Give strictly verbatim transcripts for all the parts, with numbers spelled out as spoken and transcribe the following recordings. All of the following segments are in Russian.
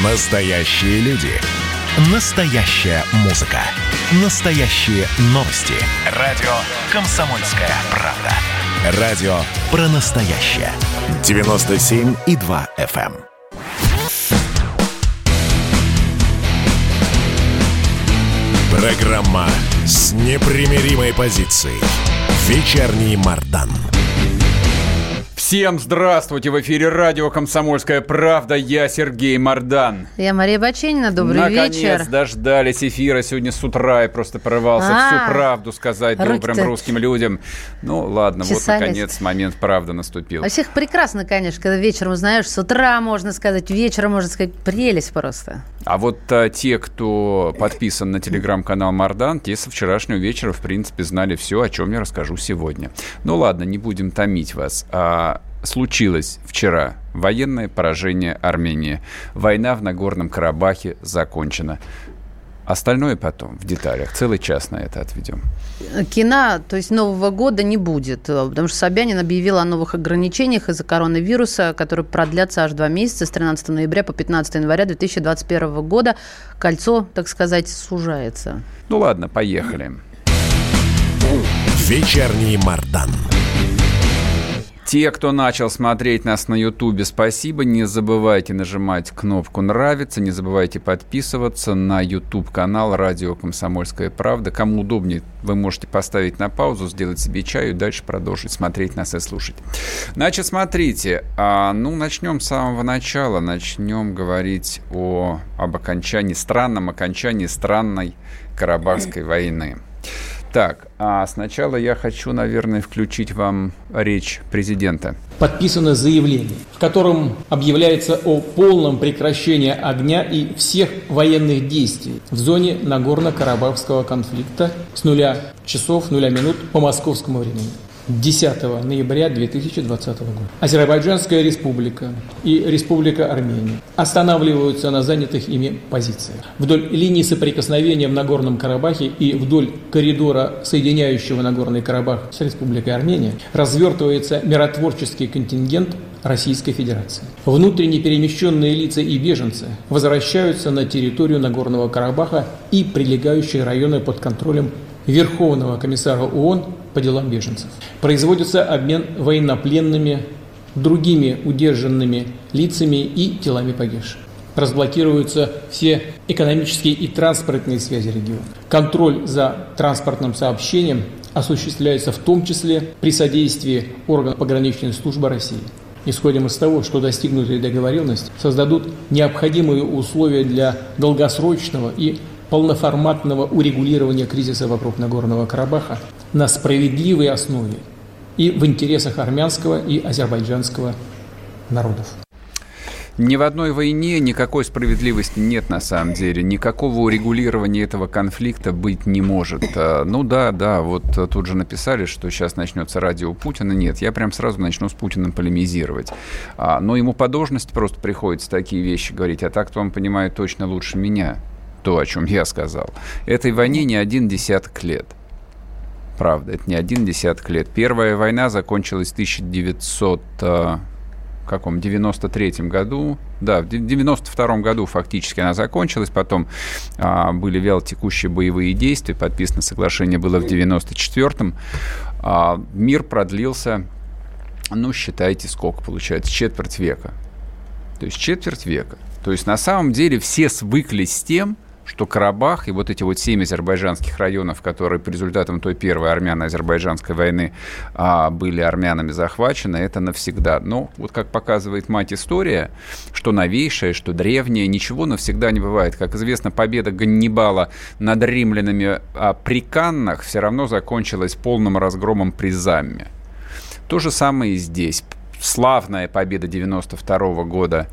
Настоящие люди. Настоящая музыка. Настоящие новости. Радио «Комсомольская правда». Радио про настоящее. девяносто семь и два эф эм. Программа с непримиримой позицией. Вечерний Мардан. Всем здравствуйте! В эфире радио «Комсомольская правда». Я Сергей Мардан. Я Мария Баченина. Добрый Наконец вечер. Наконец дождались эфира. Сегодня с утра я просто порывался А-а-а. всю правду сказать добрым русским людям. Ну, ладно, Чесались. Вот, наконец, момент правды наступил. А всех прекрасно, конечно, когда вечером узнаешь, с утра можно сказать, вечером можно сказать, прелесть просто. А вот а, те, кто подписан на телеграм-канал Мардан, те со вчерашнего вечера, в принципе, знали все, о чем я расскажу сегодня. Ну, ладно, не будем томить вас. А, случилось вчера военное поражение Армении. Война в Нагорном Карабахе закончена. Остальное потом, в деталях. Целый час на это отведем. Кино, то есть Нового года не будет, потому что Собянин объявил о новых ограничениях из-за коронавируса, которые продлятся аж два месяца, с тринадцатого ноября по пятнадцатого января две тысячи двадцать первого года. Кольцо, так сказать, сужается. Ну ладно, поехали. Вечерний Мардан. Те, кто начал смотреть нас на Ютубе, спасибо. Не забывайте нажимать кнопку «Нравится». Не забывайте подписываться на Ютуб-канал «Радио Комсомольская правда». Кому удобнее, вы можете поставить на паузу, сделать себе чаю и дальше продолжить смотреть нас и слушать. Значит, смотрите. А, ну, начнем с самого начала. Начнем говорить о, об окончании, странном окончании странной Карабахской войны. Так, а сначала я хочу, наверное, включить вам речь президента. Подписано заявление, в котором объявляется о полном прекращении огня и всех военных действий в зоне Нагорно-Карабахского конфликта с нуля часов, нуля минут по московскому времени. десятого ноября две тысячи двадцатого года. Азербайджанская республика и Республика Армения останавливаются на занятых ими позициях. Вдоль линии соприкосновения в Нагорном Карабахе и вдоль коридора, соединяющего Нагорный Карабах с Республикой Армения, развертывается миротворческий контингент Российской Федерации. Внутренне перемещенные лица и беженцы возвращаются на территорию Нагорного Карабаха и прилегающие районы под контролем Верховного комиссара ООН по делам беженцев. Производится обмен военнопленными, другими удержанными лицами и телами погибших. Разблокируются все экономические и транспортные связи региона. Контроль за транспортным сообщением осуществляется в том числе при содействии органов пограничной службы России. Исходим из того, что достигнутые договоренности создадут необходимые условия для долгосрочного и полноформатного урегулирования кризиса вокруг Нагорного Карабаха на справедливой основе и в интересах армянского и азербайджанского народов. Ни в одной войне никакой справедливости нет на самом деле. Никакого урегулирования этого конфликта быть не может. Ну да, да, вот тут же написали, что сейчас начнется радио Путина. Нет, я прям сразу начну с Путиным полемизировать. Но ему по должности просто приходится такие вещи говорить. А так-то он понимает точно лучше меня то, о чем я сказал. Этой войне не один десяток лет. Правда, это не один десяток лет. Первая война закончилась в тысяча девятьсот девяносто третьем году. Да, в девяносто втором году фактически она закончилась. Потом а, были вялотекущие боевые действия. Подписано соглашение было в девяносто четвёртом. А, мир продлился, ну, считайте, сколько получается, четверть века. То есть четверть века. То есть на самом деле все свыклись с тем, что Карабах и вот эти вот семь азербайджанских районов, которые по результатам той первой армяно-азербайджанской войны а, были армянами захвачены, это навсегда. Но вот как показывает мать история, что новейшее, что древнее, ничего навсегда не бывает. Как известно, победа Ганнибала над римлянами а, при Каннах все равно закончилась полным разгромом при Замме. То же самое и здесь. Славная победа девяносто второго года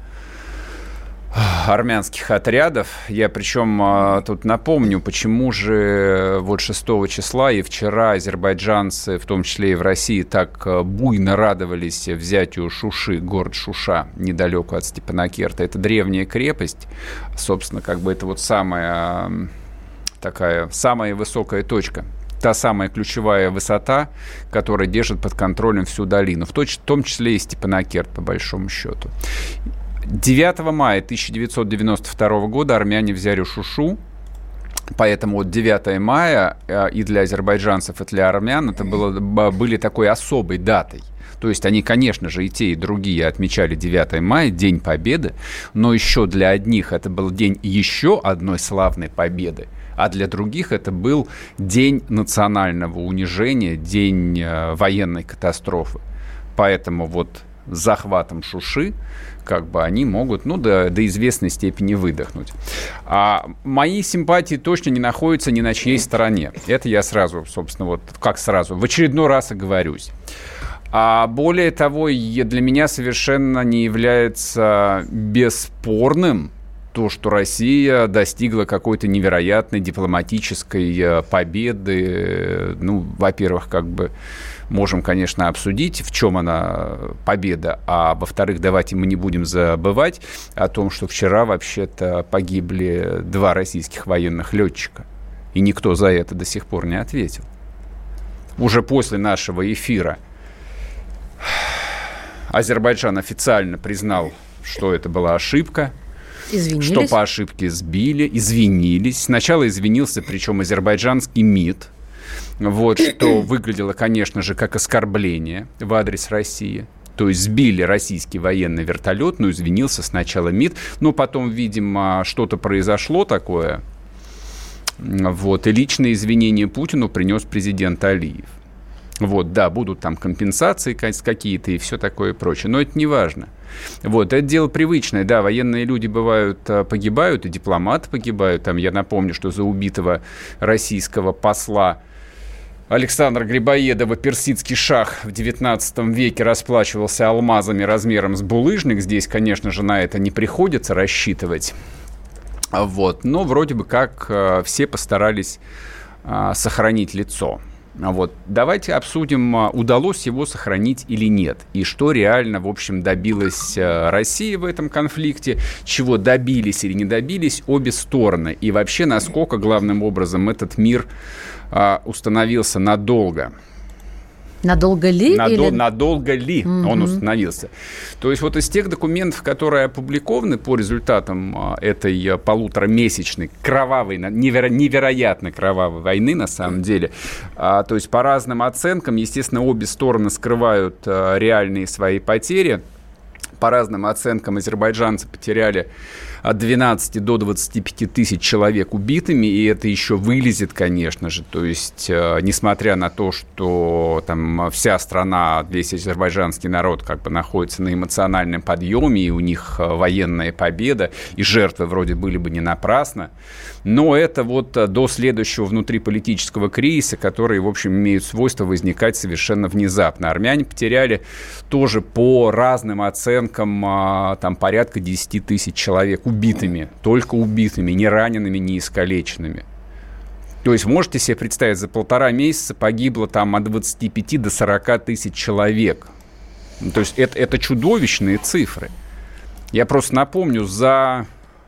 армянских отрядов. Я причем тут напомню, почему же вот шестого числа и вчера азербайджанцы, в том числе и в России, так буйно радовались взятию Шуши, город Шуша, недалеко от Степанакерта. Это древняя крепость, собственно, как бы это вот самая такая, самая высокая точка. Та самая ключевая высота, которая держит под контролем всю долину, в том числе и Степанакерт, по большому счету. девятого мая тысяча девятьсот девяносто второго года армяне взяли Шушу. Поэтому вот девятое мая и для азербайджанцев, и для армян это было, были такой особой датой. То есть они, конечно же, и те, и другие отмечали девятое мая, День Победы, но еще для одних это был день еще одной славной победы, а для других это был день национального унижения, день военной катастрофы. Поэтому вот с захватом Шуши как бы они могут, ну, до, до известной степени выдохнуть. А мои симпатии точно не находятся ни на чьей стороне. Это я сразу, собственно, вот как сразу, в очередной раз оговорюсь. А более того, для меня совершенно не является бесспорным то, что Россия достигла какой-то невероятной дипломатической победы. Ну, во-первых, как бы можем, конечно, обсудить, в чем она победа, а во-вторых, давайте мы не будем забывать о том, что вчера вообще-то погибли два российских военных летчика, и никто за это до сих пор не ответил. Уже после нашего эфира Азербайджан официально признал, что это была ошибка, извинились. Что по ошибке сбили, извинились. Сначала извинился, причем азербайджанский МИД, вот, что выглядело, конечно же, как оскорбление в адрес России. То есть сбили российский военный вертолет, но извинился сначала МИД, но потом, видимо, что-то произошло такое, вот, и личные извинения Путину принес президент Алиев. Вот, да, будут там компенсации какие-то и все такое прочее, но это не важно. Вот, это дело привычное, да, военные люди бывают, погибают, и дипломаты погибают. Там, я напомню, что за убитого российского посла Александра Грибоедова персидский шах в девятнадцатом веке расплачивался алмазами размером с булыжник. Здесь, конечно же, на это не приходится рассчитывать. Вот, но вроде бы как все постарались сохранить лицо. Вот. Давайте обсудим, удалось его сохранить или нет, и что реально, в общем, добилась Россия в этом конфликте, чего добились или не добились обе стороны, и вообще, насколько, главным образом, этот мир а, установился надолго. Надолго ли? Надо, или... Надолго ли mm-hmm. он установился. То есть вот из тех документов, которые опубликованы по результатам а, этой а, полуторамесячной кровавой, неверо- невероятно кровавой войны, на самом деле, а, то есть по разным оценкам, естественно, обе стороны скрывают а, реальные свои потери. По разным оценкам азербайджанцы потеряли от двенадцати до двадцати пяти тысяч человек убитыми, и это еще вылезет, конечно же. То есть, э, несмотря на то, что там вся страна, весь азербайджанский народ как бы находится на эмоциональном подъеме, и у них военная победа, и жертвы вроде были бы не напрасно, но это вот до следующего внутриполитического кризиса, который, в общем, имеют свойство возникать совершенно внезапно. Армяне потеряли тоже по разным оценкам там порядка десять тысяч человек убитыми, только убитыми, не ранеными, не искалеченными. То есть можете себе представить, за полтора месяца погибло там от двадцати пяти до сорока тысяч человек. То есть это, это чудовищные цифры. Я просто напомню, за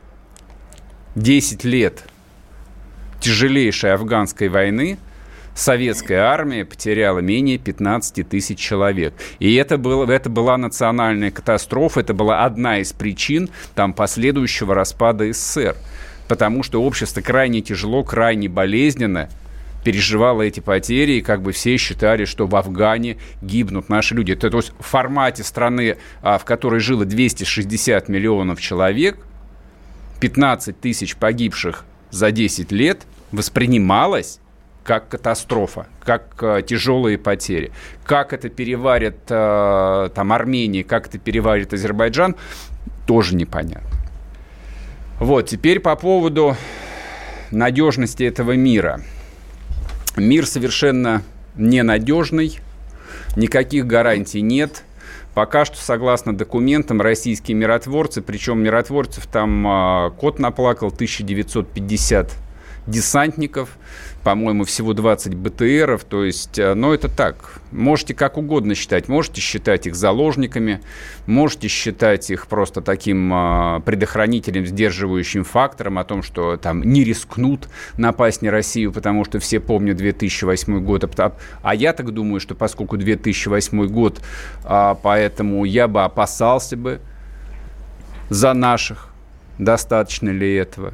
десять лет тяжелейшей афганской войны советская армия потеряла менее пятнадцати тысяч человек. И это, было, это была национальная катастрофа, это была одна из причин там, последующего распада СССР. Потому что общество крайне тяжело, крайне болезненно переживало эти потери, и как бы все считали, что в Афгане гибнут наши люди. Это, то есть в формате страны, в которой жило двести шестьдесят миллионов человек, пятнадцать тысяч погибших за десять лет воспринималось как катастрофа, как э, тяжелые потери. Как это переварит э, там, Армения, как это переварит Азербайджан, тоже непонятно. Вот, теперь по поводу надежности этого мира. Мир совершенно ненадежный, никаких гарантий нет. Пока что, согласно документам, российские миротворцы, причем миротворцев там э, кот наплакал, тысяча девятьсот пятьдесят десантников, по-моему, всего двадцать БТРов, то есть, ну, это так, можете как угодно считать, можете считать их заложниками, можете считать их просто таким э, предохранителем, сдерживающим фактором о том, что там не рискнут напасть на Россию, потому что все помнят две тысячи восьмой год, а, а я так думаю, что поскольку две тысячи восьмой год, э, поэтому я бы опасался бы за наших. Достаточно ли этого?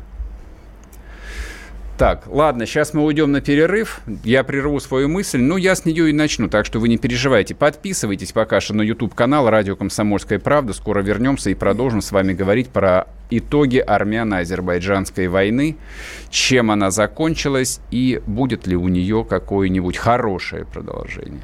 Так, ладно, сейчас мы уйдем на перерыв. Я прерву свою мысль, ну, я с нее и начну, так что вы не переживайте. Подписывайтесь пока что на YouTube-канал «Радио Комсомольская правда». Скоро вернемся и продолжим с вами говорить про итоги армяно-азербайджанской войны, чем она закончилась и будет ли у нее какое-нибудь хорошее продолжение.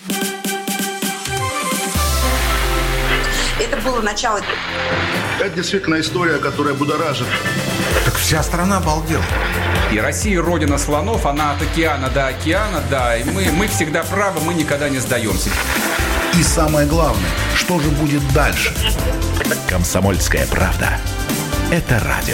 Это было начало. Это действительно история, которая будоражит. Так вся страна обалдела. И Россия родина слонов, она от океана до океана, да, и мы, мы всегда правы, мы никогда не сдаемся. И самое главное, что же будет дальше? «Комсомольская правда». Это радио.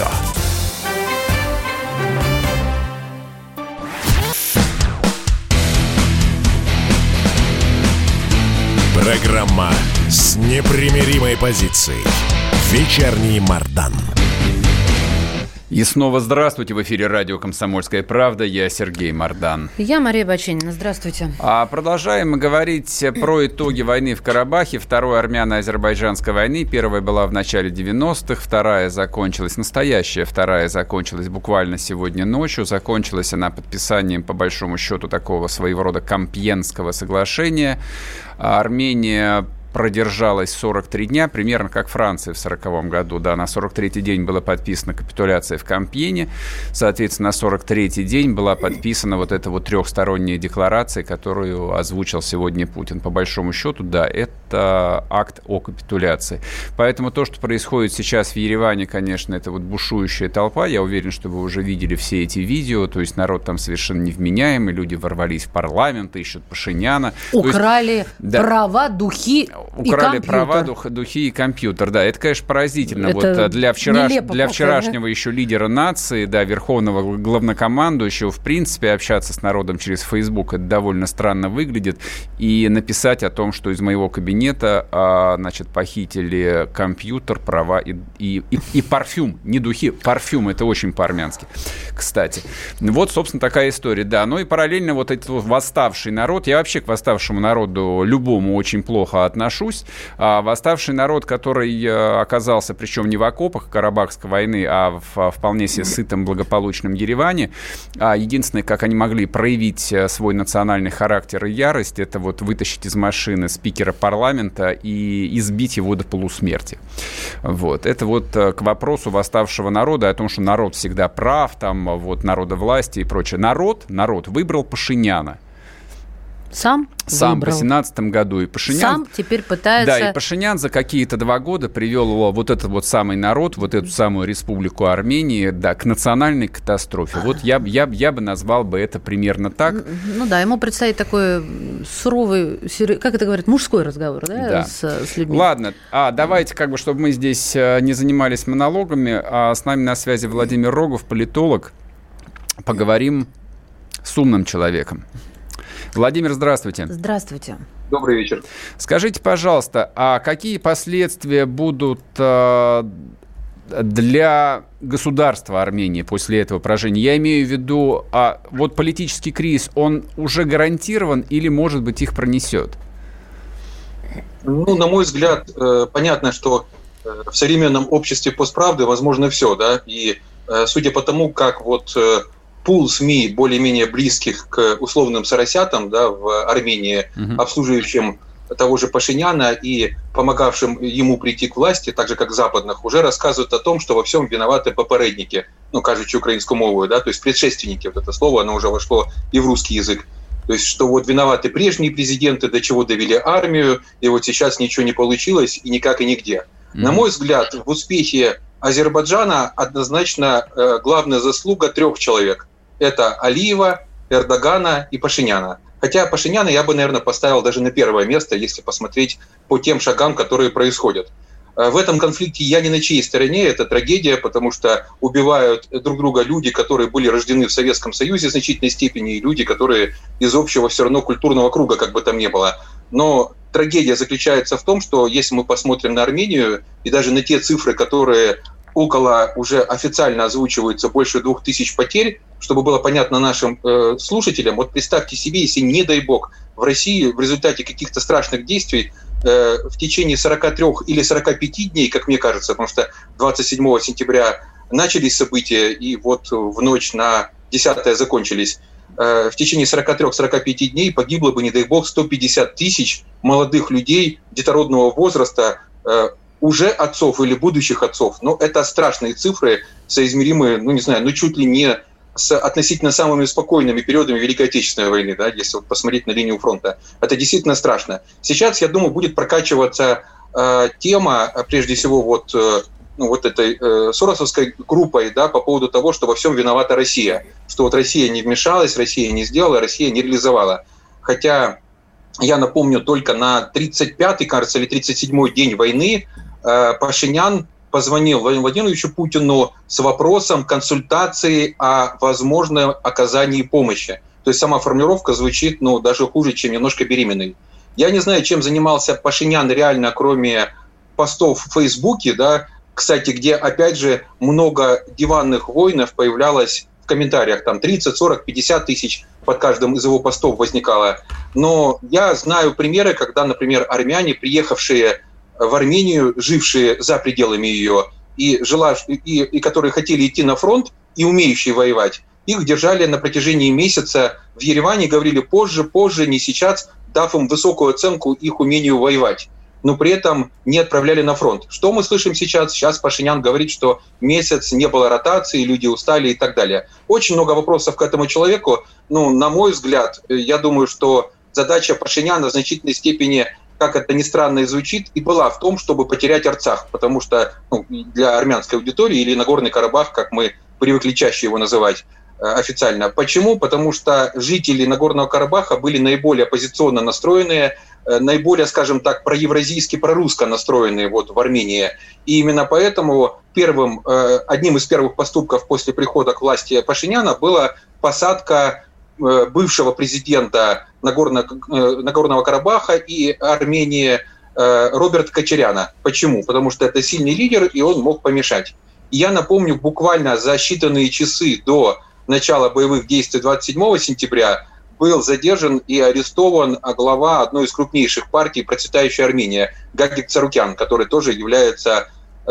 Программа с непримиримой позицией. Вечерний Мардан. И снова здравствуйте. В эфире радио «Комсомольская правда». Я Сергей Мардан. Я Мария Баченина. Здравствуйте. А продолжаем мы говорить про итоги войны в Карабахе. Второй армяно-азербайджанской войны. Первая была в начале девяностых. Вторая закончилась, настоящая вторая закончилась буквально сегодня ночью. Закончилась она подписанием, по большому счету, такого своего рода Компьенского соглашения. Армения продержалась сорок три дня, примерно как Франция в сороковом году. Да, на сорок третий день была подписана капитуляция в Компьене. Соответственно, на сорок третий день была подписана вот эта вот трехсторонняя декларация, которую озвучил сегодня Путин. По большому счету, да, это акт о капитуляции. Поэтому то, что происходит сейчас в Ереване, конечно, это вот бушующая толпа. Я уверен, что вы уже видели все эти видео. То есть народ там совершенно невменяемый. Люди ворвались в парламент, ищут Пашиняна. Украли есть, да, права, духи. Украли права, дух, духи и компьютер. Да, это, конечно, поразительно. Это вот для, вчераш... нелепо, для вчерашнего да? еще лидера нации, да, верховного главнокомандующего, в принципе, общаться с народом через Facebook, это довольно странно выглядит. И написать о том, что из моего кабинета, а, значит, похитили компьютер, права и, и, и, и парфюм. Не духи, парфюм. Это очень по-армянски, кстати. Вот, собственно, такая история. Да, ну и параллельно вот этот вот восставший народ. Я вообще к восставшему народу любому очень плохо отношусь. А восставший народ, который оказался, причем не в окопах Карабахской войны, а в вполне себе сытом, благополучном Ереване, единственное, как они могли проявить свой национальный характер и ярость, это вот вытащить из машины спикера парламента и избить его до полусмерти. Вот. Это вот к вопросу восставшего народа, о том, что народ всегда прав, там вот народовластие и прочее. Народ, народ выбрал Пашиняна. Сам? Сам выбрал. в семнадцатом году. И Пашинян... Сам теперь пытается... Да, и Пашинян за какие-то два года привел вот этот вот самый народ, вот эту самую республику Армении, да, к национальной катастрофе. Вот я, я, я бы назвал бы это примерно так. Ну да, ему предстоит такой суровый, как это говорят, мужской разговор, да, да. С, с людьми. Ладно, а давайте, как бы, чтобы мы здесь не занимались монологами, а с нами на связи Владимир Рогов, политолог. Поговорим с умным человеком. Владимир, здравствуйте. Здравствуйте. Добрый вечер. Скажите, пожалуйста, а какие последствия будут э, для государства Армении после этого поражения? Я имею в виду, а вот политический кризис, он уже гарантирован или, может быть, их пронесет? Ну, на мой взгляд, э, понятно, что э, в современном обществе постправды возможно все, да, и э, судя по тому, как вот... Э, пул СМИ более-менее близких к условным соросятам, да, в Армении, угу. обслуживающим того же Пашиняна и помогавшим ему прийти к власти, так же как западных, уже рассказывают о том, что во всем виноваты попередники, ну, кажучи украинскую мову, да, то есть предшественники, вот это слово, оно уже вошло и в русский язык. То есть, что вот виноваты прежние президенты, до чего довели армию, и вот сейчас ничего не получилось, и никак и нигде. Mm-hmm. На мой взгляд, в успехе Азербайджана однозначно э, главная заслуга трех человек. Это Алиева, Эрдогана и Пашиняна. Хотя Пашиняна я бы, наверное, поставил даже на первое место, если посмотреть по тем шагам, которые происходят. В этом конфликте я не на чьей стороне, это трагедия, потому что убивают друг друга люди, которые были рождены в Советском Союзе в значительной степени, и люди, которые из общего все равно культурного круга, как бы там ни было. Но трагедия заключается в том, что если мы посмотрим на Армению и даже на те цифры, которые около уже официально озвучиваются больше двух тысяч потерь, чтобы было понятно нашим э, слушателям, вот представьте себе, если, не дай бог, в России в результате каких-то страшных действий э, в течение сорок три или сорок пять дней, как мне кажется, потому что двадцать седьмого сентября начались события, и вот в ночь на десятое закончились, э, в течение сорок три - сорок пять дней погибло бы, не дай бог, сто пятьдесят тысяч молодых людей детородного возраста, э, уже отцов или будущих отцов. Но это страшные цифры, соизмеримые, ну не знаю, ну чуть ли не с относительно самыми спокойными периодами Великой Отечественной войны, да, если вот посмотреть на линию фронта. Это действительно страшно. Сейчас, я думаю, будет прокачиваться э, тема, прежде всего, вот, э, ну, вот этой э, соросовской группой, да, по поводу того, что во всем виновата Россия. Что вот Россия не вмешалась, Россия не сделала, Россия не реализовала. Хотя, я напомню, только на тридцать пятый, кажется, или тридцать седьмой день войны Пашинян позвонил Владимиру Владимировичу Путину с вопросом консультации о возможном оказании помощи. То есть сама формулировка звучит, ну, даже хуже, чем немножко беременный. Я не знаю, чем занимался Пашинян реально, кроме постов в Фейсбуке, да, кстати, где, опять же, много диванных воинов появлялось в комментариях, там тридцать, сорок, пятьдесят тысяч под каждым из его постов возникало. Но я знаю примеры, когда, например, армяне, приехавшие в Армению, жившие за пределами ее, и, жела, и, и которые хотели идти на фронт, и умеющие воевать, их держали на протяжении месяца в Ереване, говорили позже, позже, не сейчас, дав им высокую оценку их умению воевать, но при этом не отправляли на фронт. Что мы слышим сейчас? Сейчас Пашинян говорит, что месяц не было ротации, люди устали и так далее. Очень много вопросов к этому человеку. Ну, на мой взгляд, я думаю, что задача Пашиняна в значительной степени, как это ни странно и звучит, и была в том, чтобы потерять Арцах, потому что, ну, для армянской аудитории, или Нагорный Карабах, как мы привыкли чаще его называть э, официально. Почему? Потому что жители Нагорного Карабаха были наиболее оппозиционно настроенные, э, наиболее, скажем так, проевразийски, прорусско настроенные вот в Армении. И именно поэтому первым, э, одним из первых поступков после прихода к власти Пашиняна была посадка бывшего президента Нагорного, Нагорного Карабаха и Армении Роберта Кочаряна. Почему? Потому что это сильный лидер, и он мог помешать. Я напомню, буквально за считанные часы до начала боевых действий двадцать седьмого сентября был задержан и арестован глава одной из крупнейших партий процветающей Армении, Гагик Царукян, который тоже является,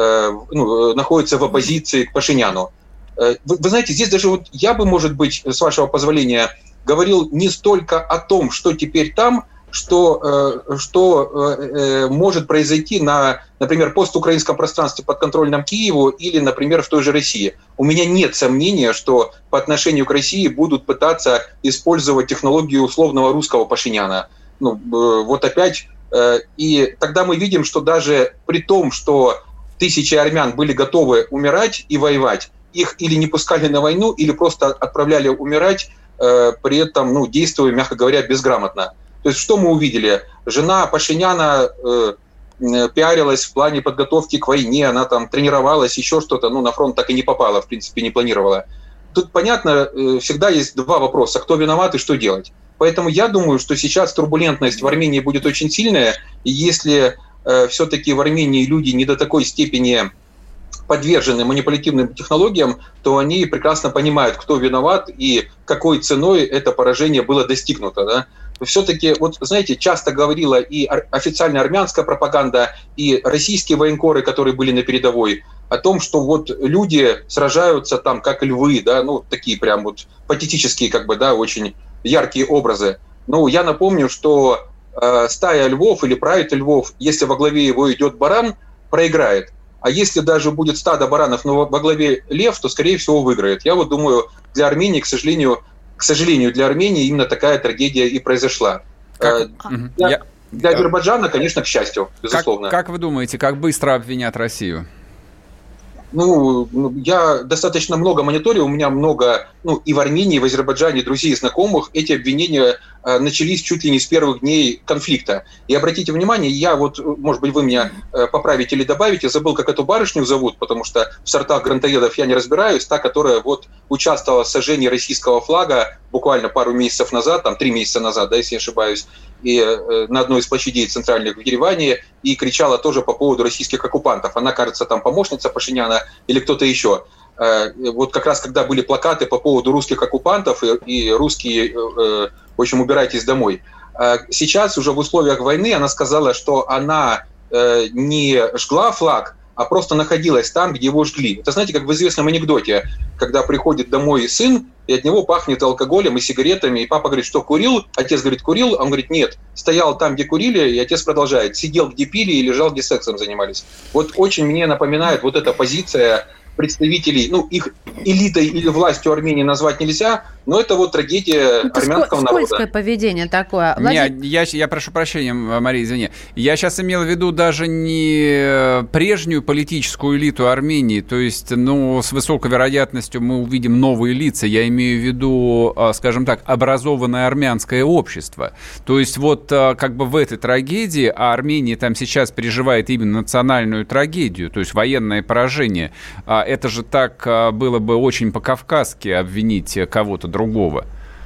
ну, находится в оппозиции к Пашиняну. Вы, вы знаете, здесь даже вот я бы, может быть, с вашего позволения, говорил не столько о том, что теперь там, что, э, что э, может произойти на, например, постукраинском пространстве подконтрольном Киеву или, например, в той же России. У меня нет сомнения, что по отношению к России будут пытаться использовать технологию условного русского Пашиняна. Ну, э, вот опять. Э, и тогда мы видим, что даже при том, что тысячи армян были готовы умирать и воевать, их или не пускали на войну, или просто отправляли умирать, э, при этом, ну, действуя, мягко говоря, безграмотно. То есть что мы увидели? Жена Пашиняна э, э, пиарилась в плане подготовки к войне, она там тренировалась, еще что-то, ну, на фронт так и не попала, в принципе, не планировала. Тут, понятно, э, всегда есть два вопроса: кто виноват и что делать. Поэтому я думаю, что сейчас турбулентность в Армении будет очень сильная, и если э, все-таки в Армении люди не до такой степени подвержены манипулятивным технологиям, то они прекрасно понимают, кто виноват и какой ценой это поражение было достигнуто. Да? Все-таки, вот знаете, часто говорила и официальная армянская пропаганда, и российские военкоры, которые были на передовой, о том, что вот люди сражаются там как львы, да, ну такие прям вот патетические, как бы, да, очень яркие образы. Ну, я напомню, что э, стая львов или прайд львов, если во главе его идет баран, проиграет. А если даже будет стадо баранов, но во главе лев, то, скорее всего, выиграет. Я вот думаю, для Армении, к сожалению, к сожалению, для Армении именно такая трагедия и произошла. Как? Для, Я... для Азербайджана, конечно, к счастью, безусловно. Как, как вы думаете, как быстро обвинят Россию? Ну, я достаточно много мониторю, у меня много, ну, и в Армении, и в Азербайджане друзей и знакомых. Эти обвинения э, начались чуть ли не с первых дней конфликта. И обратите внимание, я вот, может быть, вы меня э, поправите или добавите, забыл, как эту барышню зовут, потому что в сортах грантоедов я не разбираюсь, та, которая вот участвовала в сожжении российского флага буквально пару месяцев назад, там три месяца назад, да, если не ошибаюсь, и э, на одной из площадей центральных в Ереване, и кричала тоже по поводу российских оккупантов. Она, кажется, там помощница Пашиняна или кто-то еще. Э, вот как раз когда были плакаты по поводу русских оккупантов и, и русские, э, в общем, убирайтесь домой. Сейчас уже в условиях войны она сказала, что она не жгла флаг, а просто находилась там, где его жгли. Это знаете, как в известном анекдоте, когда приходит домой сын, и от него пахнет алкоголем и сигаретами, и папа говорит, что курил, отец говорит, курил, он говорит, нет, стоял там, где курили, и отец продолжает, сидел, где пили, и лежал, где сексом занимались. Вот очень мне напоминает вот эта позиция представителей, ну, их элитой или властью Армении назвать нельзя, но это вот трагедия это армянского народа. Скользкое поведение такое. Владимир... Не, я, я прошу прощения, Мария, извини. Я сейчас имел в виду даже не прежнюю политическую элиту Армении, то есть, ну, с высокой вероятностью мы увидим новые лица. Я имею в виду, скажем так, образованное армянское общество. То есть вот как бы в этой трагедии, а Армения там сейчас переживает именно национальную трагедию, то есть военное поражение. Это же так было бы очень по-кавказски обвинить кого-то другого.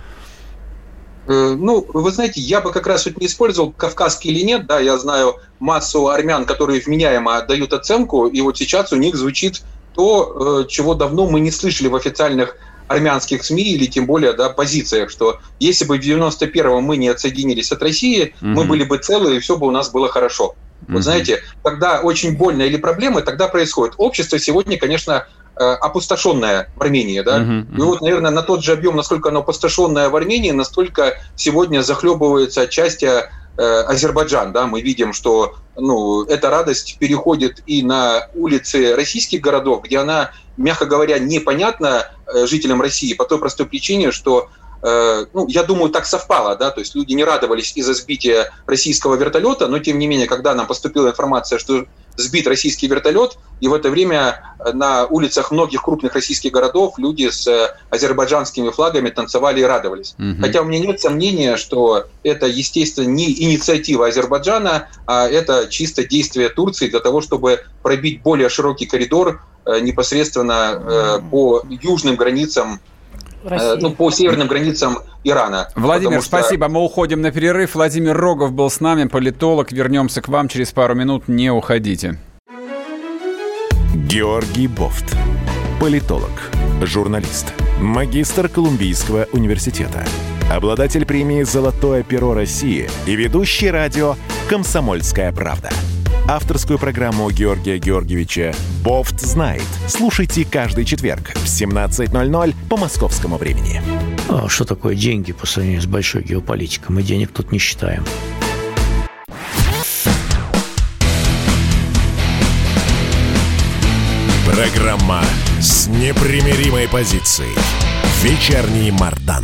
Ну, вы знаете, я бы как раз вот не использовал кавказский или нет, да, я знаю массу армян, которые вменяемо дают оценку, и вот сейчас у них звучит то, чего давно мы не слышали в официальных армянских СМИ или тем более, да, позициях, что если бы в девяносто первом мы не отсоединились от России, mm-hmm. мы были бы целы, и все бы у нас было хорошо. Mm-hmm. Вот знаете, когда очень больно или проблемы, тогда происходит. Общество сегодня, конечно, опустошенное в Армении, да, mm-hmm. и вот, наверное, на тот же объем, насколько оно опустошенное в Армении, настолько сегодня захлебывается отчасти э, Азербайджан, да, мы видим, что, ну, эта радость переходит и на улицы российских городов, где она, мягко говоря, непонятна э, жителям России по той простой причине, что ну, я думаю, так совпало, да, то есть люди не радовались из-за сбития российского вертолета, но тем не менее, когда нам поступила информация, что сбит российский вертолет, и в это время на улицах многих крупных российских городов люди с азербайджанскими флагами танцевали и радовались. Mm-hmm. Хотя у меня нет сомнения, что это, естественно, не инициатива Азербайджана, а это чисто действие Турции для того, чтобы пробить более широкий коридор непосредственно mm-hmm. по южным границам, Россия. Ну, по северным границам Ирана. Владимир, что... спасибо. Мы уходим на перерыв. Владимир Рогов был с нами, политолог. Вернемся к вам через пару минут. Не уходите. Георгий Бофт. Политолог, журналист, магистр Колумбийского университета, обладатель премии «Золотое перо России» и ведущий радио «Комсомольская правда». Авторскую программу Георгия Георгиевича «Бофт знает». Слушайте каждый четверг в семнадцать ноль ноль по московскому времени. А что такое деньги по сравнению с большой геополитикой? Мы денег тут не считаем. Программа с непримиримой позицией. Вечерний Мардан.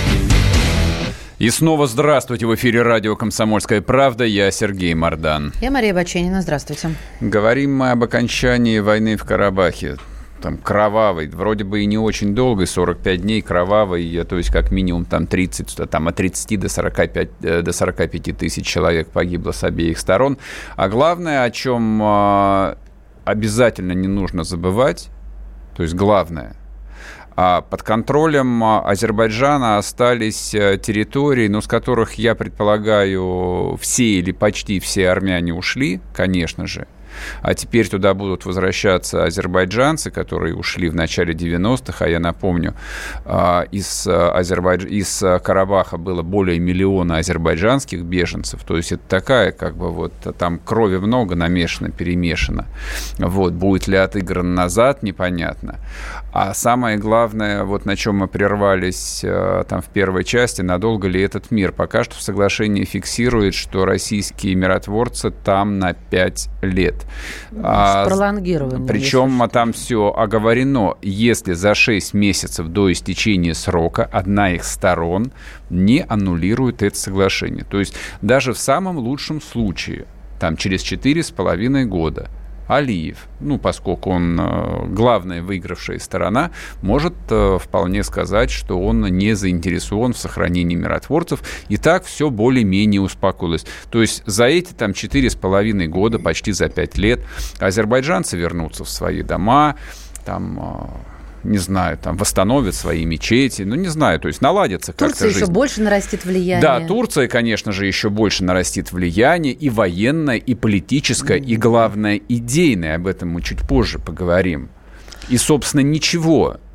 И снова здравствуйте. В эфире радио «Комсомольская правда». Я Сергей Мардан. Я Мария Баченина. Здравствуйте. Говорим мы об окончании войны в Карабахе. Там кровавой, вроде бы и не очень долгой, сорок пять дней кровавой, то есть как минимум там тридцать, там от тридцати до сорока пяти, до сорока пяти тысяч человек погибло с обеих сторон. А главное, о чем обязательно не нужно забывать, то есть главное, под контролем Азербайджана остались территории, ну, с которых, я предполагаю, все или почти все армяне ушли, конечно же. А теперь туда будут возвращаться азербайджанцы, которые ушли в начале девяностых. А я напомню, из, Азербайдж... из Карабаха было более миллиона азербайджанских беженцев. То есть это такая, как бы, вот там крови много намешано, перемешано. Вот, будет ли отыгран назад, непонятно. А самое главное, вот на чем мы прервались там в первой части, надолго ли этот мир? Пока что соглашение фиксирует, что российские миротворцы там на пять лет. А, причем там все оговорено, если за шесть месяцев до истечения срока одна из сторон не аннулирует это соглашение. То есть даже в самом лучшем случае, там через четыре с половиной года, Алиев, ну, поскольку он э, главная выигравшая сторона, может э, вполне сказать, что он не заинтересован в сохранении миротворцев, и так все более-менее успокоилось. То есть за эти там четыре с половиной года, почти за пять лет, азербайджанцы вернутся в свои дома, там... Э, не знаю, там, восстановят свои мечети, ну, не знаю, то есть наладится как-то жизнь. Турция еще больше нарастит влияние. Да, Турция, конечно же, еще больше нарастит влияние и военное, и политическое, mm-hmm. и, главное, идейное. Об этом мы чуть позже поговорим. И, собственно, ничего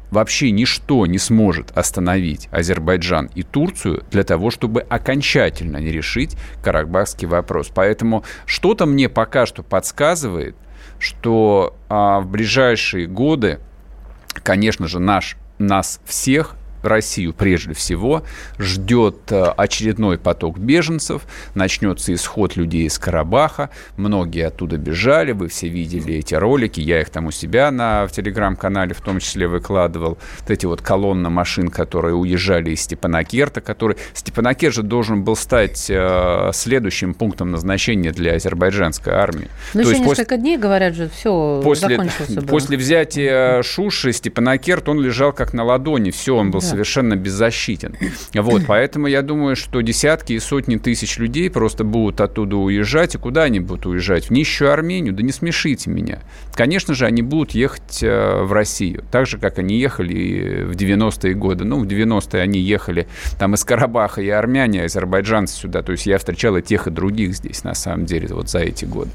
вообще ничто не сможет остановить Азербайджан и Турцию для того, чтобы окончательно не решить карабахский вопрос. Поэтому что-то мне пока что подсказывает, что а, в ближайшие годы, конечно же, наш, нас всех, Россию прежде всего, ждет очередной поток беженцев, начнется исход людей из Карабаха, многие оттуда бежали, вы все видели эти ролики, я их там у себя на, в телеграм-канале в том числе выкладывал, вот эти вот колонны машин, которые уезжали из Степанакерта, который, Степанакерт же должен был стать э, следующим пунктом назначения для азербайджанской армии. Ну, еще есть несколько после, дней, говорят же, все, после, закончился. После взятия Шуши Степанакерт, он лежал как на ладони, все, он был совершенно беззащитен. Вот, поэтому я думаю, что десятки и сотни тысяч людей просто будут оттуда уезжать. И куда они будут уезжать? В нищую Армению? Да не смешите меня. Конечно же, они будут ехать в Россию. Так же, как они ехали в девяностые годы. Ну, в девяностые они ехали там из Карабаха и армяне, азербайджанцы сюда. То есть я встречал и тех, и других здесь, на самом деле, вот за эти годы.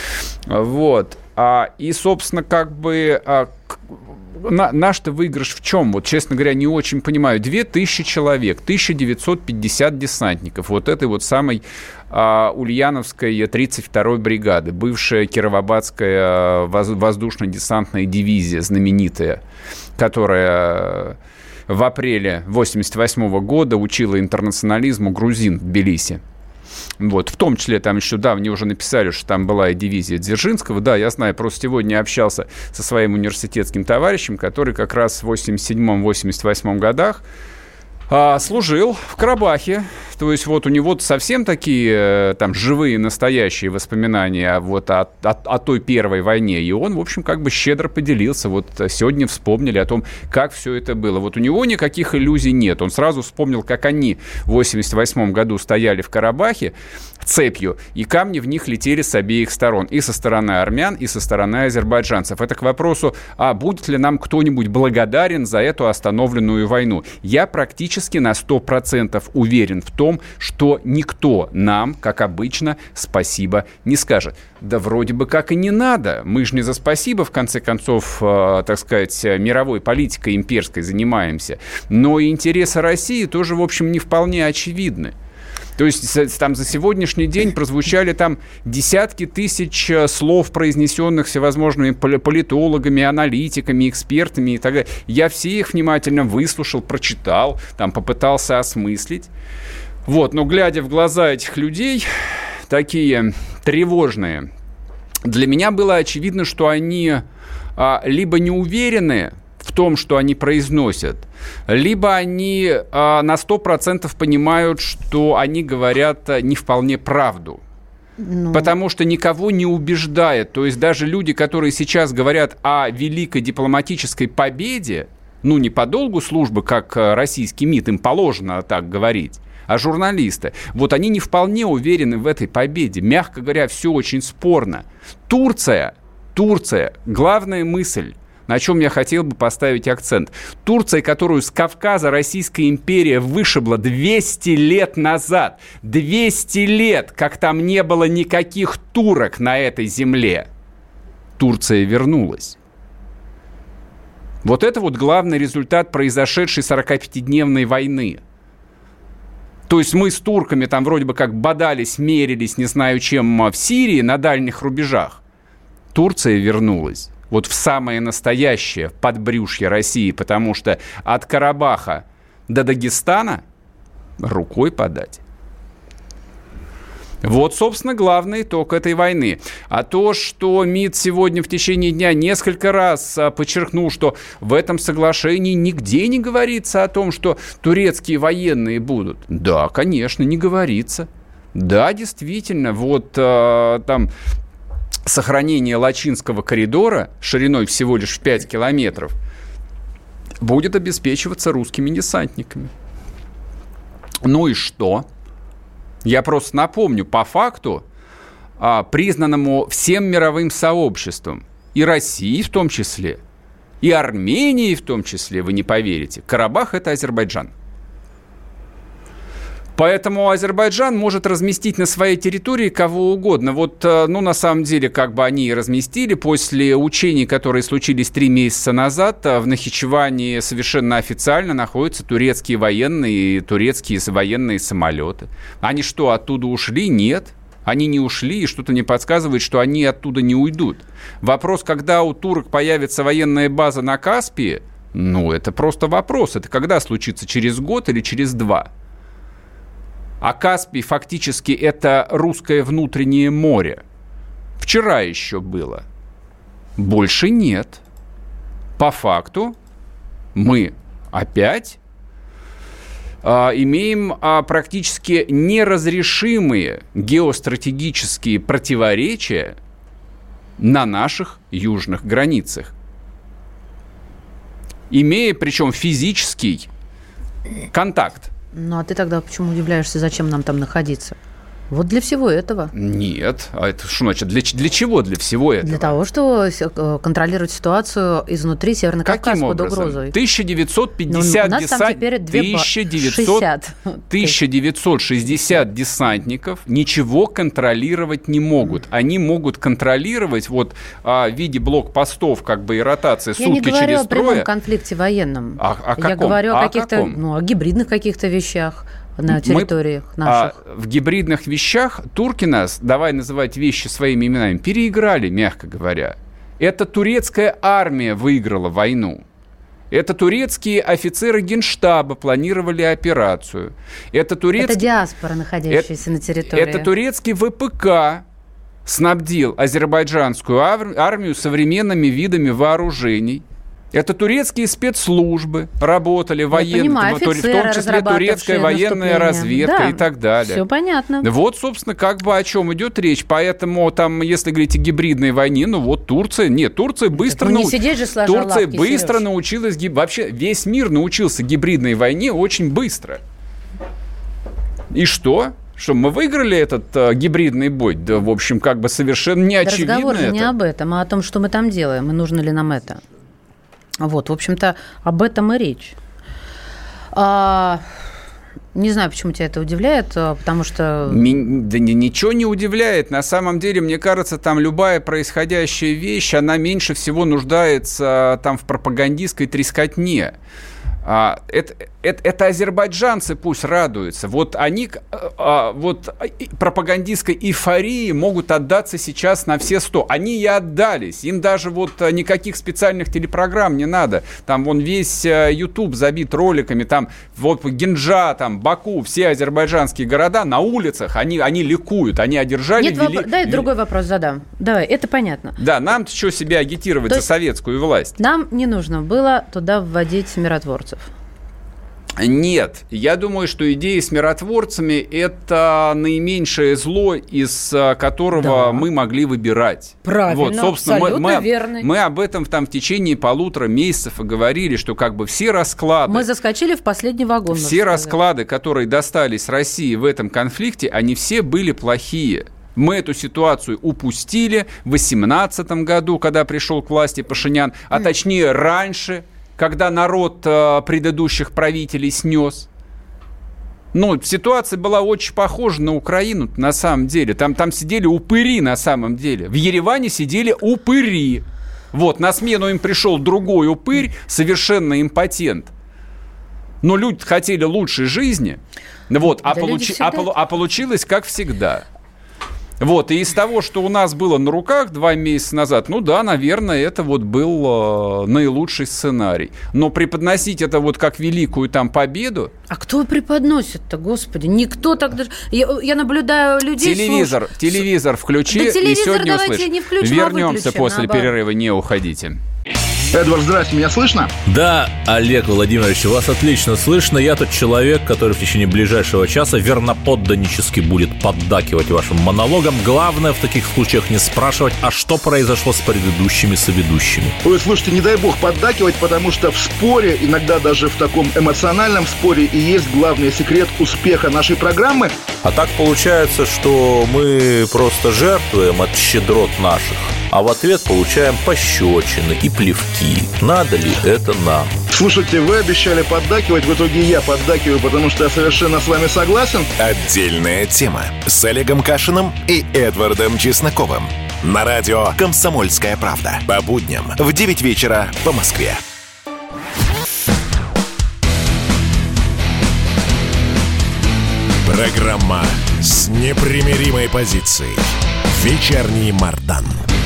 Вот. А, и, собственно, как бы... А, На, наш-то выигрыш в чем? Вот, честно говоря, не очень понимаю. Две тысячи человек, тысяча девятьсот пятьдесят десантников вот этой вот самой а, Ульяновской тридцать второй бригады, бывшая Кировобадская воз, воздушно-десантная дивизия знаменитая, которая в апреле восемьдесят восьмого года учила интернационализму грузин в Тбилиси. Вот, в том числе, там еще, да, мне уже написали, что там была и дивизия Дзержинского. Да, я знаю, просто сегодня общался со своим университетским товарищем, который как раз в восемьдесят седьмом — восемьдесят восьмом годах а, служил в Карабахе. То есть вот у него совсем такие там живые, настоящие воспоминания вот о, о, о той первой войне. И он, в общем, как бы щедро поделился. Вот сегодня вспомнили о том, как все это было. Вот у него никаких иллюзий нет. Он сразу вспомнил, как они в восемьдесят восьмом году стояли в Карабахе цепью, и камни в них летели с обеих сторон. И со стороны армян, и со стороны азербайджанцев. Это к вопросу, а будет ли нам кто-нибудь благодарен за эту остановленную войну? Я практически на сто процентов уверен в том, что никто нам, как обычно, спасибо не скажет. Да вроде бы как и не надо. Мы же не за спасибо, в конце концов, э, так сказать, мировой политикой имперской занимаемся. Но и интересы России тоже, в общем, не вполне очевидны. То есть там за сегодняшний день прозвучали там десятки тысяч слов, произнесенных всевозможными политологами, аналитиками, экспертами и так далее. Я все их внимательно выслушал, прочитал, там попытался осмыслить. Вот, но глядя в глаза этих людей, такие тревожные, для меня было очевидно, что они а, либо не уверены в том, что они произносят, либо они а, на сто процентов понимают, что они говорят не вполне правду. Ну. Потому что никого не убеждает. То есть даже люди, которые сейчас говорят о великой дипломатической победе, ну не по долгу службы, как российский МИД, им положено так говорить, а журналисты, вот они не вполне уверены в этой победе. Мягко говоря, все очень спорно. Турция, Турция, главная мысль, на чем я хотел бы поставить акцент. Турция, которую с Кавказа Российская империя вышибла двести лет назад. двести лет, как там не было никаких турок на этой земле. Турция вернулась. Вот это вот главный результат произошедшей сорокапятидневной войны. То есть мы с турками там вроде бы как бодались, мерились, не знаю чем, в Сирии, на дальних рубежах. Турция вернулась вот в самое настоящее подбрюшье России, потому что от Карабаха до Дагестана рукой подать. Вот, собственно, главный итог этой войны. А то, что МИД сегодня в течение дня несколько раз подчеркнул, что в этом соглашении нигде не говорится о том, что турецкие военные будут. Да, конечно, не говорится. Да, действительно, вот э, там сохранение Лачинского коридора шириной всего лишь в пять километров будет обеспечиваться русскими десантниками. Ну и что? Я просто напомню, по факту, а, признанному всем мировым сообществом, и Россией в том числе, и Арменией в том числе, вы не поверите, Карабах – это Азербайджан. Поэтому Азербайджан может разместить на своей территории кого угодно. Вот, ну, на самом деле, как бы они и разместили. После учений, которые случились три месяца назад, в Нахичеване совершенно официально находятся турецкие военные и турецкие военные самолеты. Они что, оттуда ушли? Нет. Они не ушли, и что-то мне подсказывает, что они оттуда не уйдут. Вопрос, когда у турок появится военная база на Каспии, ну, это просто вопрос. Это когда случится? Через год или через два? А Каспий фактически это русское внутреннее море. Вчера еще было. Больше нет. По факту мы опять а, имеем а, практически неразрешимые геостратегические противоречия на наших южных границах. Имея, причем, физический контакт. Ну, а ты тогда почему удивляешься, зачем нам там находиться? Вот для всего этого. Нет. А это что значит? Для, для чего для всего этого? Для того, чтобы контролировать ситуацию изнутри Северный Кавказ под угрозой. тысяча девятьсот пятьдесят ну, десант... тысяча девятьсот шестьдесят десантников ничего контролировать не могут. Они могут контролировать вот а, в виде блокпостов, как бы и ротации Я сутки через трое. Я не говорю о прямом конфликте военном. А, о каком? Я говорю о а каких-то, каком? ну, о гибридных каких-то вещах на территориях Мы, наших. А, в гибридных вещах турки нас, давай называть вещи своими именами, переиграли, мягко говоря. Это турецкая армия выиграла войну. Это турецкие офицеры Генштаба планировали операцию. Это, турецкий... это диаспора, находящаяся это, на территории. Это турецкий ВПК снабдил азербайджанскую армию современными видами вооружений. Это турецкие спецслужбы работали, военные, в том числе турецкая военная разведка да, и так далее. Все понятно. Вот, собственно, как бы о чем идет речь. Поэтому, там, если говорить о гибридной войне, ну вот Турция, нет, Турция быстро, нау... Турция лапки, быстро Сереж. научилась, вообще весь мир научился гибридной войне очень быстро. И что? Что, мы выиграли этот э, гибридный бой? Да, в общем, как бы совершенно не очевидно. Разговор же это. не об этом, а о том, что мы там делаем, и нужно ли нам это. Вот, в общем-то, об этом и речь. А, не знаю, почему тебя это удивляет, потому что... Ми, да ничего не удивляет. На самом деле, мне кажется, там любая происходящая вещь, она меньше всего нуждается там в пропагандистской трескотне. А, это, это, это азербайджанцы пусть радуются. Вот они а, вот, пропагандистской эйфории могут отдаться сейчас на все сто. Они и отдались. Им даже вот никаких специальных телепрограмм не надо. Там вон весь YouTube забит роликами. Там вот Генджа, там Баку, все азербайджанские города на улицах, они, они ликуют. Они одержали... Нет, вели... вопро... Дай вели... другой вопрос задам. Давай, это понятно. Да, нам-то что себя агитировать То за советскую власть? Нам не нужно было туда вводить миротворцев. Нет, я думаю, что идея с миротворцами – это наименьшее зло, из которого да. мы могли выбирать. Правильно, вот, собственно, абсолютно мы, мы, верно. Мы об этом там в течение полутора месяцев и говорили, что как бы все расклады… Мы заскочили в последний вагон. Все расклады, которые достались России в этом конфликте, они все были плохие. Мы эту ситуацию упустили в две тысячи восемнадцатом году, когда пришел к власти Пашинян, а точнее раньше, когда народ э, предыдущих правителей снес. Ну, ситуация была очень похожа на Украину, на самом деле. Там, там сидели упыри, на самом деле. В Ереване сидели упыри. Вот, на смену им пришел другой упырь, совершенно импотент. Но люди хотели лучшей жизни. Вот, а, получи, а, а получилось как всегда. Вот, и из того, что у нас было на руках два месяца назад, ну да, наверное, это вот был э, наилучший сценарий. Но преподносить это вот как великую там победу... А кто преподносит-то, господи? Никто так даже... Я, я наблюдаю людей... Телевизор, слуш... телевизор включи, да, телевизор и сегодня услышь. Не включим, Вернемся а после наоборот. перерыва, не уходите. Эдвард, здрасте, меня слышно? Да, Олег Владимирович, вас отлично слышно. Я тот человек, который в течение ближайшего часа верноподданнически будет поддакивать вашим монологам. Главное в таких случаях не спрашивать, а что произошло с предыдущими соведущими. Ой, слушайте, не дай бог поддакивать, потому что в споре, иногда даже в таком эмоциональном споре, и есть главный секрет успеха нашей программы. А так получается, что мы просто жертвуем от щедрот наших, а в ответ получаем пощечины и плевки. Надо ли это нам? Слушайте, вы обещали поддакивать, в итоге я поддакиваю, потому что я совершенно с вами согласен. Отдельная тема с Олегом Кашиным и Эдвардом Чесноковым. На радио «Комсомольская правда». По будням в девять вечера по Москве. Программа с непримиримой позицией. Вечерний Мардан.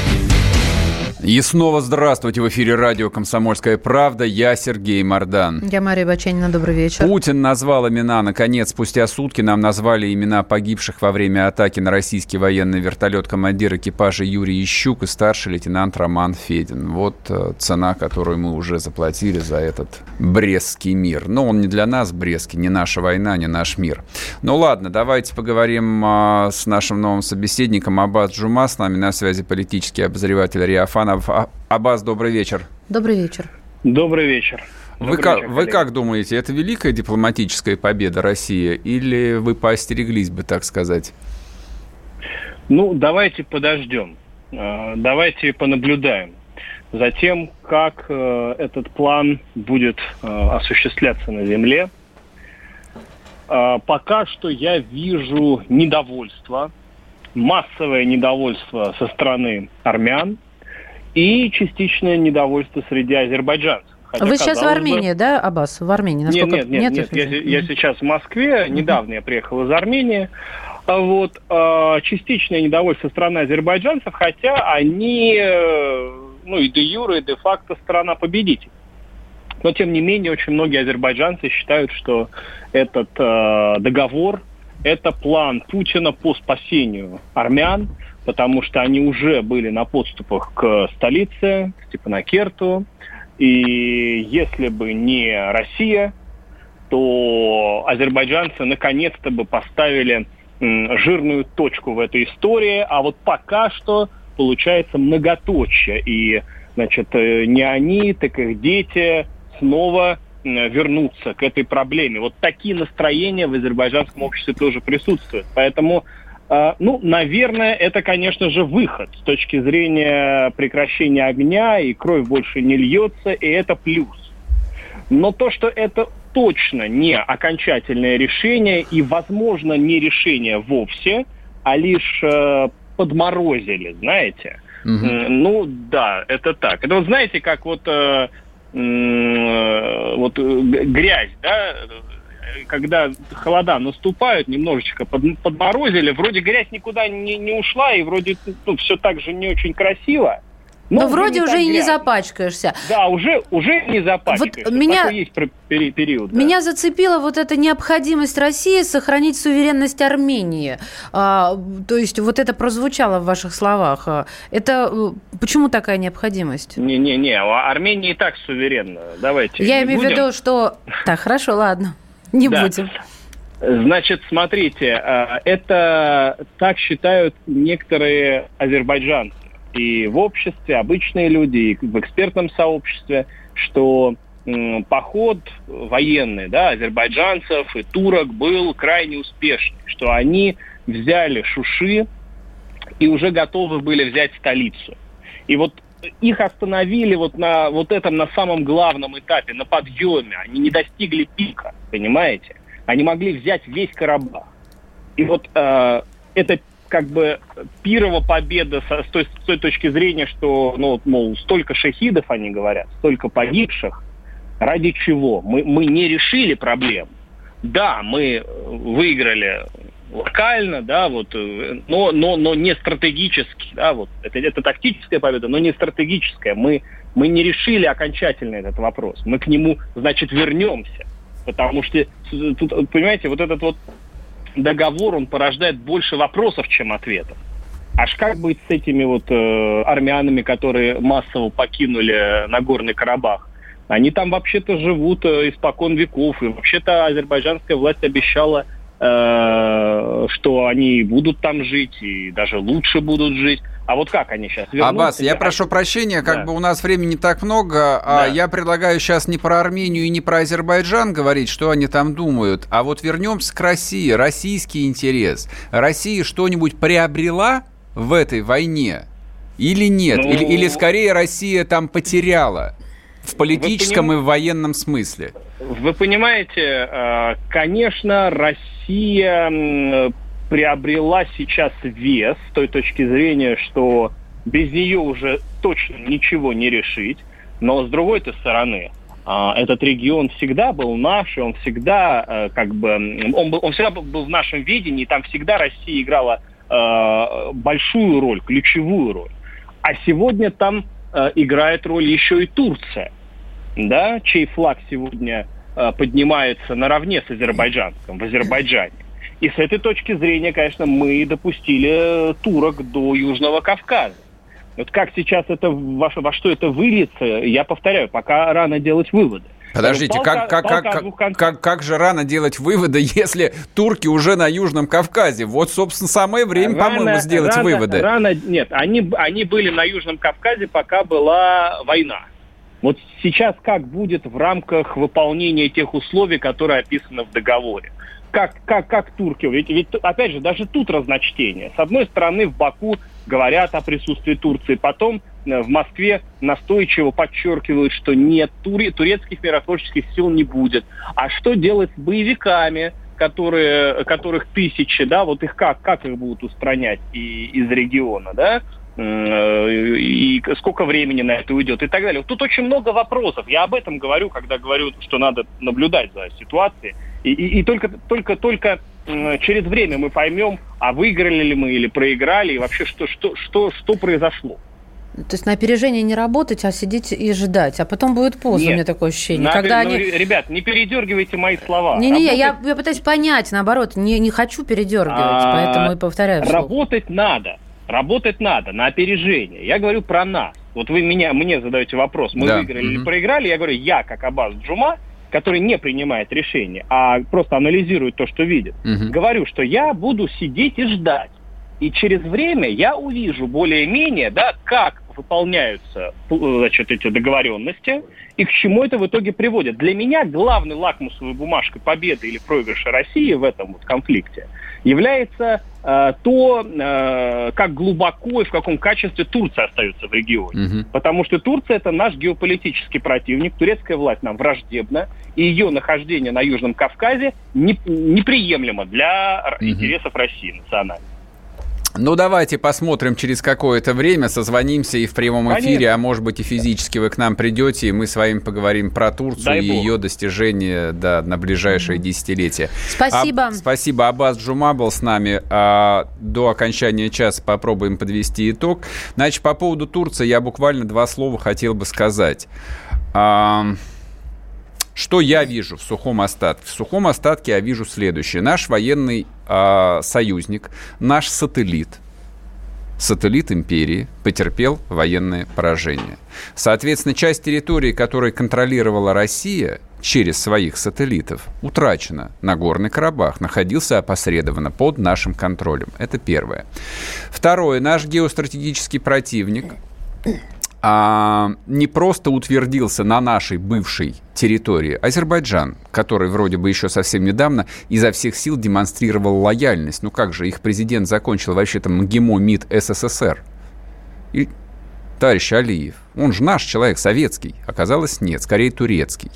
И снова здравствуйте. В эфире радио «Комсомольская правда». Я Сергей Мардан. Я Мария Баченина. Добрый вечер. Путин назвал имена, наконец, спустя сутки нам назвали имена погибших во время атаки на российский военный вертолет командир экипажа Юрий Ищук и старший лейтенант Роман Федин. Вот э, цена, которую мы уже заплатили за этот Брестский мир. Но он не для нас, Брестский, не наша война, не наш мир. Ну ладно, давайте поговорим э, с нашим новым собеседником Аббас Джума. С нами на связи политический обозреватель РИА Фанов. Аббас, добрый вечер. Добрый вечер. Добрый вечер. Вы, Добрый как, вечер, вы как думаете, это великая дипломатическая победа России или вы поостереглись бы, так сказать? Ну, давайте подождем. Давайте понаблюдаем за тем, как этот план будет осуществляться на земле. Пока что я вижу недовольство, массовое недовольство со стороны армян и частичное недовольство среди азербайджанцев. Хотя, Вы сейчас в Армении, бы... да, Аббас? В Армении? Насколько... Нет, нет, нет, нет, нет я, я сейчас в Москве, недавно я приехал из Армении. Вот, частичное недовольство со стороны азербайджанцев, хотя они, ну, и де юре, и де факто страна-победитель. Но, тем не менее, очень многие азербайджанцы считают, что этот э, договор – это план Путина по спасению армян, потому что они уже были на подступах к столице, к Степанакерту. И если бы не Россия, то азербайджанцы наконец-то бы поставили м, жирную точку в этой истории. А вот пока что получается многоточие. И, значит, не они, так их дети снова вернуться к этой проблеме. Вот такие настроения в азербайджанском обществе тоже присутствуют. Поэтому, э, ну, наверное, это, конечно же, выход с точки зрения прекращения огня, и кровь больше не льется, и это плюс. Но то, что это точно не окончательное решение, и, возможно, не решение вовсе, а лишь э, подморозили, знаете. Угу. Э, ну, да, это так. Это вот знаете, как вот... Э, вот грязь, да, когда холода наступают, немножечко под, подморозили, вроде грязь никуда не, не ушла, и вроде ну, все так же не очень красиво. Но, Но вроде уже и грязно. Не запачкаешься. Да, уже, уже не запачкаешься. Вот меня, такой есть период. Меня да. зацепила вот эта необходимость России сохранить суверенность Армении. А, то есть вот это прозвучало в ваших словах. Это почему такая необходимость? Не-не-не, Армения и так суверенна. Давайте. Я имею в виду, что... Так, хорошо, ладно, не да. будем. Значит, смотрите, это так считают некоторые азербайджанцы. И в обществе, обычные люди, и в экспертном сообществе, что м, поход военный, да, азербайджанцев и турок был крайне успешный, что они взяли Шуши и уже готовы были взять столицу. И вот их остановили вот на вот этом, на самом главном этапе, на подъеме. Они не достигли пика, понимаете? Они могли взять весь Карабах. И вот э, это как бы пирова победа с той, с той точки зрения, что, ну, мол, столько шахидов, они говорят, столько погибших. Ради чего? Мы, мы не решили проблем. Да, мы выиграли локально, да, вот, но, но, но не стратегически, да, вот. Это, это тактическая победа, но не стратегическая. Мы, мы не решили окончательно этот вопрос. Мы к нему, значит, вернемся. Потому что, тут, понимаете, вот этот вот договор, он порождает больше вопросов, чем ответов. Аж как быть с этими вот э, армянами, которые массово покинули Нагорный Карабах? Они там вообще-то живут э, испокон веков, и вообще-то азербайджанская власть обещала, э, что они будут там жить, и даже лучше будут жить. А вот как они сейчас вернутся? Аббас, я прошу прощения, как да. бы у нас времени не так много. Да. Я предлагаю сейчас не про Армению и не про Азербайджан говорить, что они там думают, а вот вернемся к России, российский интерес. Россия что-нибудь приобрела в этой войне или нет? Ну... Или, или скорее Россия там потеряла В политическом поним... и в военном смысле. Вы понимаете, конечно, Россия приобрела сейчас вес с той точки зрения, что без нее уже точно ничего не решить. Но с другой-то стороны, этот регион всегда был наш, и он всегда как бы он, был, он всегда был в нашем видении, и там всегда Россия играла э, большую роль, ключевую роль. А сегодня там э, играет роль еще и Турция, да, чей флаг сегодня э, поднимается наравне с азербайджанским в Азербайджане. И с этой точки зрения, конечно, мы допустили турок до Южного Кавказа. Вот как сейчас это, во, во что это выльется, я повторяю, пока рано делать выводы. Подождите, Палка, как, как, как, как, как, как же рано делать выводы, если турки уже на Южном Кавказе? Вот, собственно, самое время, рано, по-моему, сделать рано, выводы. Рано, нет, они, они были на Южном Кавказе, пока была война. Вот сейчас как будет в рамках выполнения тех условий, которые описаны в договоре? Как, как, как турки? Ведь, ведь, опять же, даже тут разночтение. С одной стороны, в Баку говорят о присутствии Турции, потом в Москве настойчиво подчеркивают, что нет, туре, турецких миротворческих сил не будет. А что делать с боевиками, которые, которых тысячи, да, вот их как, как их будут устранять и, из региона, да? И сколько времени на это уйдет и так далее. Тут очень много вопросов. Я об этом говорю, когда говорю, что надо наблюдать за ситуацией. И, и, и только, только, только через время мы поймем, а выиграли ли мы или проиграли, и вообще что, что, что, что произошло. То есть на опережение не работать, а сидеть и ждать. А потом будет поздно, Нет, у меня такое ощущение. На, когда ну, они... Ребят, не передергивайте мои слова. Не-не-не, Работать... я, я пытаюсь понять, наоборот, не, не хочу передергивать, а, поэтому и повторяю. Работать вслух. надо. Работать надо на опережение. Я говорю про нас. Вот вы меня, мне задаете вопрос, мы да. выиграли mm-hmm. или проиграли. Я говорю, я как Аббас Джума, который не принимает решения, а просто анализирует то, что видит, mm-hmm. говорю, что я буду сидеть и ждать. И через время я увижу более-менее, да, как выполняются, значит, эти договоренности и к чему это в итоге приводит. Для меня главной лакмусовой бумажкой победы или проигрыша России в этом вот конфликте является э, то, э, как глубоко и в каком качестве Турция остается в регионе. Угу. Потому что Турция – это наш геополитический противник, турецкая власть нам враждебна, и ее нахождение на Южном Кавказе не, неприемлемо для угу. интересов России национальных. Ну, давайте посмотрим через какое-то время, созвонимся и в прямом эфире, Конечно. а может быть и физически вы к нам придете, и мы с вами поговорим про Турцию Дай и Бог. ее достижения да, на ближайшее mm-hmm. десятилетие. Спасибо. А, спасибо. Аббас Джума был с нами. А, до окончания часа попробуем подвести итог. Значит, по поводу Турции я буквально два слова хотел бы сказать. А, Что я вижу в сухом остатке? В сухом остатке я вижу следующее. Наш военный э, союзник, наш сателлит, сателлит империи, потерпел военное поражение. Соответственно, часть территории, которую контролировала Россия через своих сателлитов, утрачена. Нагорный Карабах находился опосредованно под нашим контролем. Это первое. Второе. Наш геостратегический противник А, не просто утвердился на нашей бывшей территории. Азербайджан, который вроде бы еще совсем недавно изо всех сил демонстрировал лояльность. Ну как же, их президент закончил вообще-то МГИМО МИД СССР. И товарищ Алиев, он же наш человек, советский. Оказалось, нет, скорее турецкий.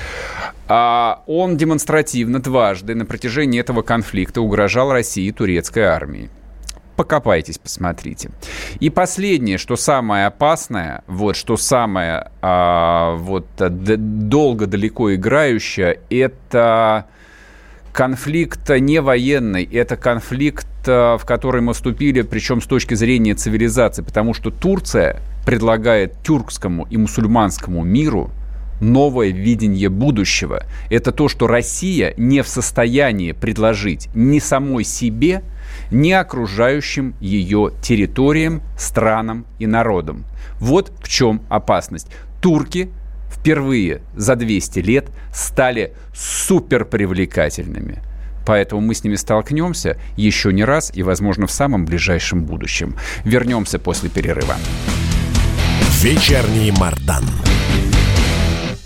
А он демонстративно дважды на протяжении этого конфликта угрожал России и турецкой армии. Покопайтесь, посмотрите. И последнее, что самое опасное, вот, что самое а, вот, д- долго, далеко играющее, это конфликт не военный, это конфликт, в который мы вступили, причем с точки зрения цивилизации, потому что Турция предлагает тюркскому и мусульманскому миру новое видение будущего. Это то, что Россия не в состоянии предложить ни самой себе, ни окружающим ее территориям, странам и народам. Вот в чем опасность. Турки впервые за двести лет стали суперпривлекательными. Поэтому мы с ними столкнемся еще не раз и, возможно, в самом ближайшем будущем. Вернемся после перерыва. Вечерний Мардан.